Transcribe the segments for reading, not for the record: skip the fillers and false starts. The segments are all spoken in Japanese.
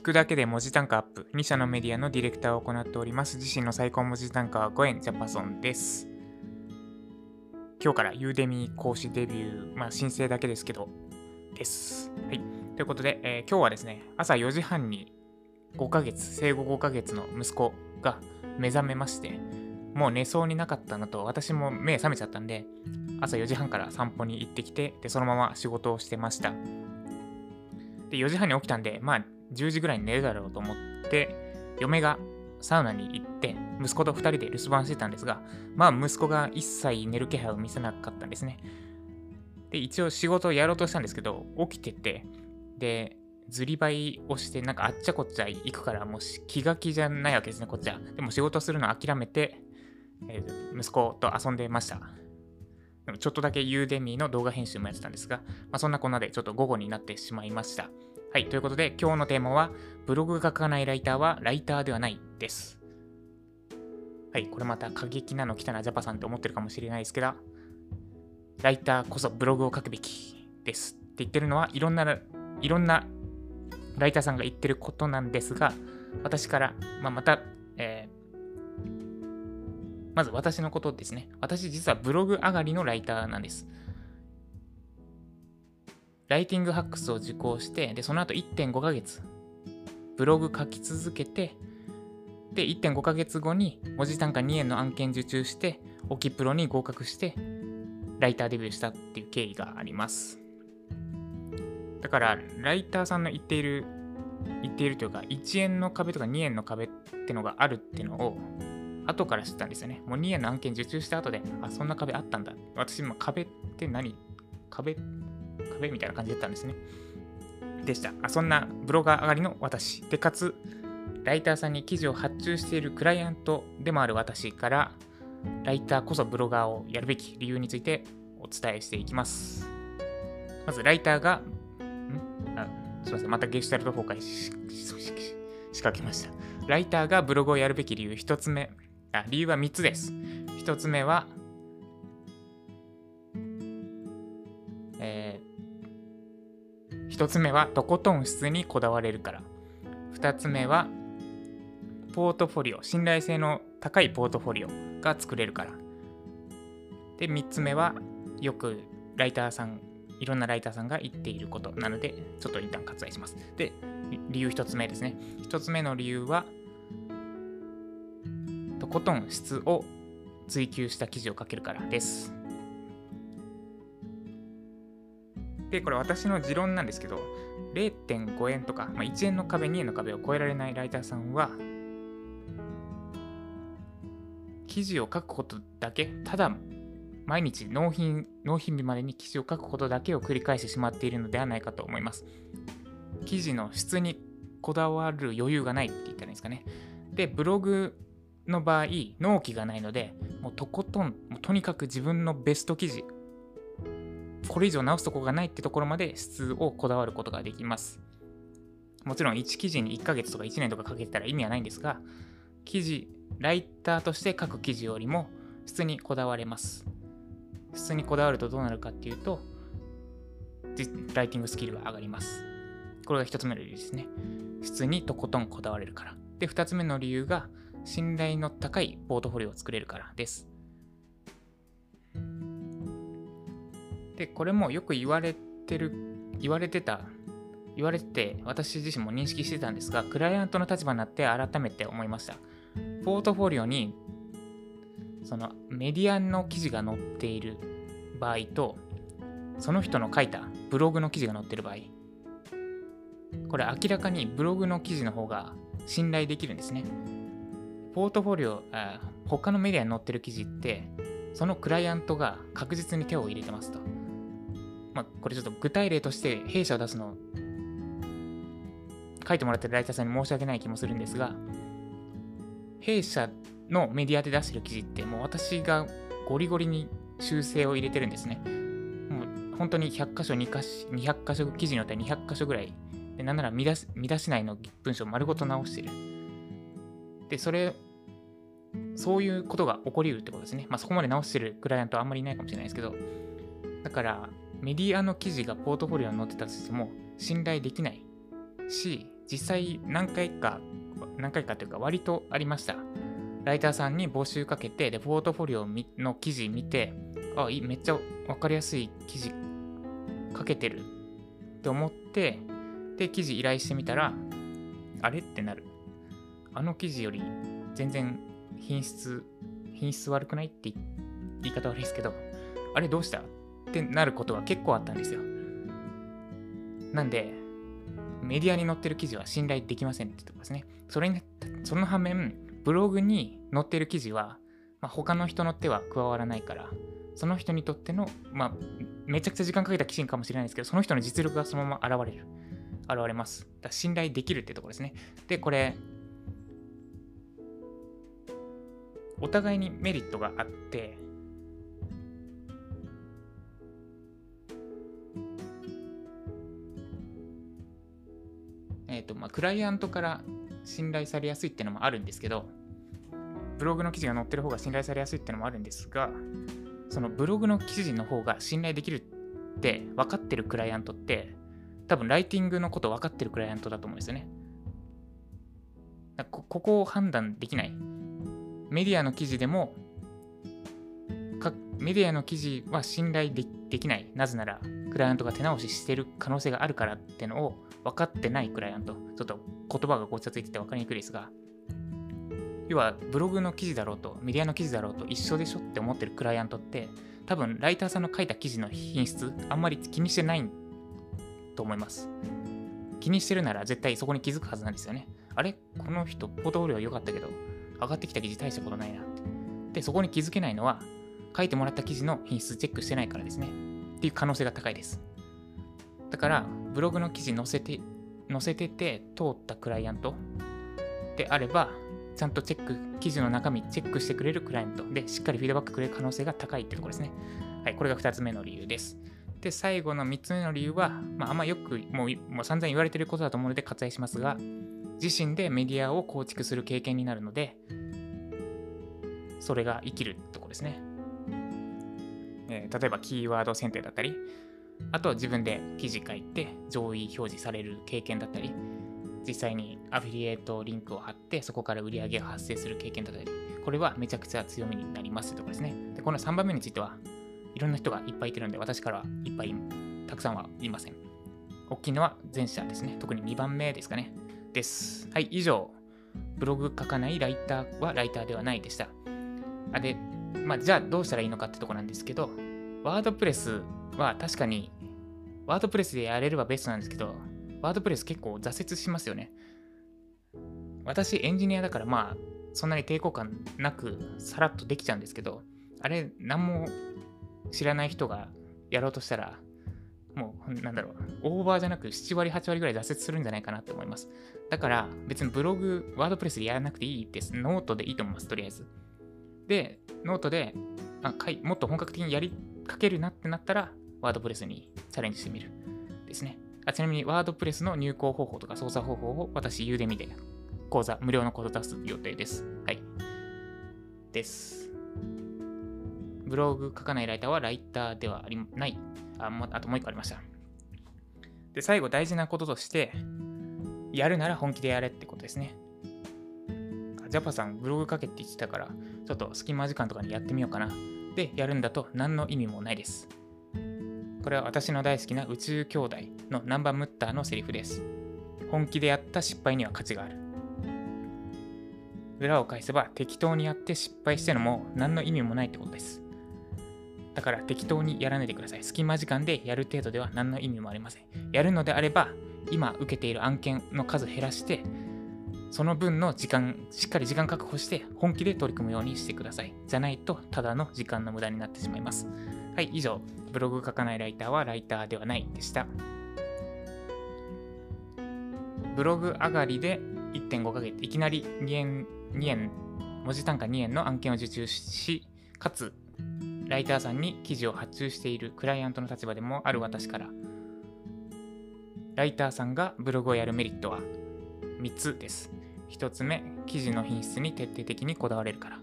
くだけで文字単価アップ。2社のメディアのディレクターを行っております。自身の最高文字単価は5円、ジャパソンです。今日からユーデミ講師デビュー、申請だけですけど、です。はい。ということで、今日はですね、朝4時半に生後5ヶ月の息子が目覚めまして、もう寝そうになかったのと、私も目覚めちゃったんで、朝4時半から散歩に行ってきて、で、そのまま仕事をしてました。で、4時半に起きたんで、10時ぐらいに寝るだろうと思って、嫁がサウナに行って、息子と2人で留守番してたんですが、息子が一切寝る気配を見せなかったんですね。で、一応仕事をやろうとしたんですけど、起きてて、で、ずりばいをして、なんかあっちゃこっちゃ行くから、もう気が気じゃないわけですね、こっちは。でも仕事するの諦めて、息子と遊んでました。でもちょっとだけユーデミの動画編集もやってたんですが、そんなこんなでちょっと午後になってしまいました。はい、ということで今日のテーマは、ブログが書かないライターはライターではないです。はい、これまた過激なの来たなジャパさんって思ってるかもしれないですけど、ライターこそブログを書くべきですって言ってるのは、いろんなライターさんが言ってることなんですが、私から、また、まず私のことですね。私実はブログ上がりのライターなんです。ライティングハックスを受講して、で、その後 1.5 ヶ月、ブログ書き続けて、で、1.5 ヶ月後に文字単価2円の案件受注して、オキプロに合格して、ライターデビューしたっていう経緯があります。だから、ライターさんの言っているというか、1円の壁とか2円の壁ってのがあるってのを、後から知ったんですよね。もう2円の案件受注した後で、そんな壁あったんだ。私も壁って何？壁みたいな感じだったんですね。でした。そんなブロガー上がりの私。で、かつ、ライターさんに記事を発注しているクライアントでもある私から、ライターこそブロガーをやるべき理由についてお伝えしていきます。まず、ライターが、すいません。またゲシュタルト崩壊仕掛けました。ライターがブログをやるべき理由、1つ目。理由は3つです。1つ目は、1つ目は、とことん質にこだわれるから。2つ目は、ポートフォリオ、信頼性の高いポートフォリオが作れるから。で、3つ目は、よくいろんなライターさんが言っていることなので、ちょっと一旦割愛します。で、理由1つ目ですね。1つ目の理由は、とことん質を追求した記事を書けるからです。で、これ私の持論なんですけど、0.5 円とか、1円の壁、2円の壁を超えられないライターさんは、記事を書くことだけ、ただ毎日納品日までに記事を書くことだけを繰り返してしまっているのではないかと思います。記事の質にこだわる余裕がないって言ったらいいんですかね。で、ブログの場合、納期がないので、もうとにかく自分のベスト記事、これ以上直すとこがないってところまで質をこだわることができます。もちろん1記事に1ヶ月とか1年とかかけてたら意味はないんですが、ライターとして書く記事よりも質にこだわれます。質にこだわるとどうなるかっていうと、ライティングスキルは上がります。これが1つ目の理由ですね。質にとことんこだわれるから。で、2つ目の理由が、信頼の高いポートフォリオを作れるからです。で、これもよく言われて私自身も認識してたんですが、クライアントの立場になって改めて思いました。ポートフォリオにそのメディアの記事が載っている場合と、その人の書いたブログの記事が載っている場合、これ明らかにブログの記事の方が信頼できるんですね。ポートフォリオ、他のメディアに載ってる記事って、そのクライアントが確実に手を入れてますと。これちょっと具体例として弊社を出すの書いてもらってるライターさんに申し訳ない気もするんですが、弊社のメディアで出してる記事ってもう私がゴリゴリに修正を入れてるんですね。もう本当に100箇所、200箇所、記事によっては200箇所ぐらいで、なんなら見出し内の文章を丸ごと直してる。で、そういうことが起こりうるってことですね。そこまで直してるクライアントはあんまりいないかもしれないですけど、だからメディアの記事がポートフォリオに載ってたとしても信頼できないし、 実際何回かというか割とありました。ライターさんに募集かけて、で、ポートフォリオの記事見て、めっちゃ分かりやすい記事書けてるって思って、で、記事依頼してみたら、あれってなる。あの記事より全然品質悪くないって言い方悪いですけど、あれどうしたってなることが結構あったんですよ。なんで、メディアに載ってる記事は信頼できませんってとこですね。その反面、ブログに載ってる記事は、他の人の手は加わらないから、その人にとっての、めちゃくちゃ時間かけた記事かもしれないですけど、その人の実力がそのまま現れます。だから信頼できるってところですね。で、これ、お互いにメリットがあって、クライアントから信頼されやすいっていうのもあるんですけど、ブログの記事が載ってる方が信頼されやすいっていうのもあるんですが、そのブログの記事の方が信頼できるって分かってるクライアントって、多分ライティングのこと分かってるクライアントだと思うんですよね。ここを判断できない。メディアの記事でも、メディアの記事は信頼できない。なぜなら、クライアントが手直ししてる可能性があるからってのを分かってないクライアント。ちょっと言葉がごちゃついてて分かりにくいですが、要はブログの記事だろうと、メディアの記事だろうと一緒でしょって思ってるクライアントって、多分ライターさんの書いた記事の品質、あんまり気にしてないと思います。気にしてるなら絶対そこに気づくはずなんですよね。あれこの人、ポートフォリオ良かったけど、上がってきた記事大したことないなって。で、そこに気づけないのは、書いてもらった記事の品質チェックしてないからですね。っていう可能性が高いです。だから、ブログの記事載せてて通ったクライアントであれば、ちゃんと記事の中身チェックしてくれるクライアントで、しっかりフィードバックくれる可能性が高いってところですね。はい、これが2つ目の理由です。で、最後の3つ目の理由は、あんまよくもう散々言われていることだと思うので割愛しますが、自身でメディアを構築する経験になるので、それが生きるところですね。例えばキーワード選定だったり、あと自分で記事書いて上位表示される経験だったり、実際にアフィリエイトリンクを貼ってそこから売り上げが発生する経験だったり、これはめちゃくちゃ強みになりますというところですね。で、この3番目についてはいろんな人がいっぱいいてるので、私からはいっぱいたくさんは言いません。大きいのは前者ですね。特に2番目ですかね。です。はい、以上。ブログ書かないライターはライターではないでした。で、じゃあどうしたらいいのかってとこなんですけど、ワードプレスは確かに、ワードプレスでやれればベストなんですけど、ワードプレス結構挫折しますよね。私エンジニアだからそんなに抵抗感なくさらっとできちゃうんですけど、あれ何も知らない人がやろうとしたら、もうオーバーじゃなく7割8割ぐらい挫折するんじゃないかなって思います。だから別にブログ、ワードプレスでやらなくていいです。ノートでいいと思います、とりあえず。で、ノートでもっと本格的に書けるなってなったら、ワードプレスにチャレンジしてみるですね。ちなみにワードプレスの入稿方法とか操作方法を私、ユーデミで無料の講座出す予定です。はい。です。ブログ書かないライターはライターではない。あともう一個ありました。で、最後大事なこととして、やるなら本気でやれってことですね。ジャパさんブログ書けって言ってたから、ちょっと隙間時間とかにやってみようかな。で、やるんだと何の意味もないです。これは私の大好きな宇宙兄弟のナンバームッターのセリフです。本気でやった失敗には価値がある。裏を返せば適当にやって失敗してのも何の意味もないってことです。だから適当にやらないでください。隙間時間でやる程度では何の意味もありません。やるのであれば、今受けている案件の数減らして、その分のしっかり時間確保して本気で取り組むようにしてください。じゃないと、ただの時間の無駄になってしまいます。はい、以上、ブログ書かないライターはライターではないでした。ブログ上がりで 1.5 ヶ月、いきなり2円、文字単価2円の案件を受注し、かつ、ライターさんに記事を発注しているクライアントの立場でもある私から、ライターさんがブログをやるメリットは3つです。1つ目、記事の品質に徹底的にこだわれるから。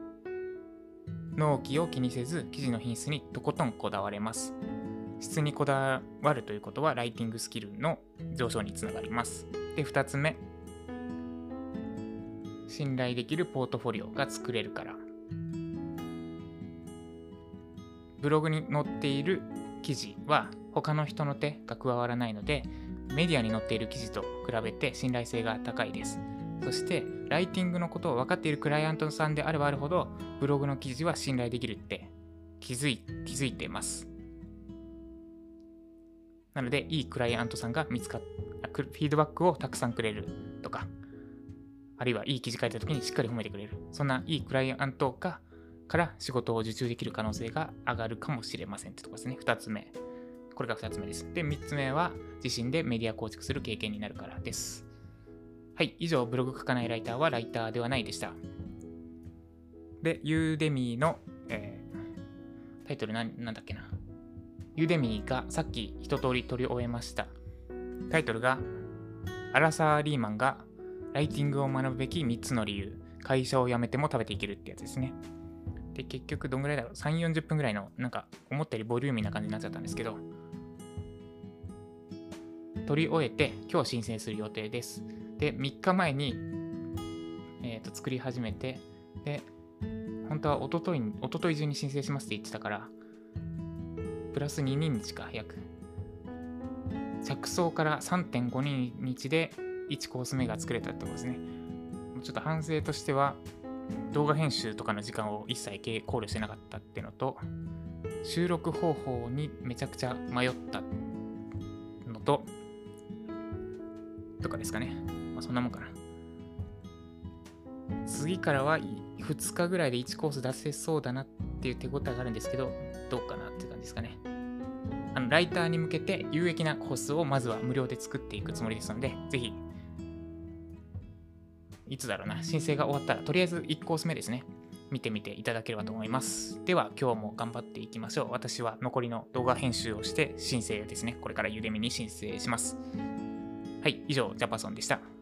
納期を気にせず、記事の品質にとことんこだわれます。質にこだわるということは、ライティングスキルの上昇につながります。 で、2つ目、信頼できるポートフォリオが作れるから。ブログに載っている記事は他の人の手が加わらないので、メディアに載っている記事と比べて信頼性が高いです。そして、ライティングのことを分かっているクライアントさんであればあるほど、ブログの記事は信頼できるって気づいてます。なので、いいクライアントさんがフィードバックをたくさんくれるとか、あるいはいい記事書いた時にしっかり褒めてくれる。そんないいクライアントから仕事を受注できる可能性が上がるかもしれませんってとこですね。2つ目。これが2つ目です。で、3つ目は自身でメディア構築する経験になるからです。はい、以上、ブログ書かないライターはライターではないでした。で、ユーデミーの、タイトルなんだっけな。ユーデミーがさっき一通り取り終えました。タイトルが、アラサー・リーマンがライティングを学ぶべき3つの理由。会社を辞めても食べていけるってやつですね。で、結局どんぐらいだろう ?3、40分ぐらいの、なんか思ったよりボリューミーな感じになっちゃったんですけど、取り終えて今日申請する予定です。で、3日前に、作り始めて、で、本当は一昨日中に申請しますって言ってたから、プラス2日か、約。着想から 3.5 日で1コース目が作れたってことですね。ちょっと反省としては、動画編集とかの時間を一切考慮してなかったっていうのと、収録方法にめちゃくちゃ迷ったのとかですかね。まあ、そんなもんかな。次からは2日ぐらいで1コース出せそうだなっていう手応えがあるんですけど、どうかなっていう感じですかね。ライターに向けて有益なコースをまずは無料で作っていくつもりですので、ぜひ、いつだろうな、申請が終わったら、とりあえず1コース目ですね。見てみていただければと思います。では、今日も頑張っていきましょう。私は残りの動画編集をして申請ですね。これからユーデミに申請します。はい、以上、ジャパソンでした。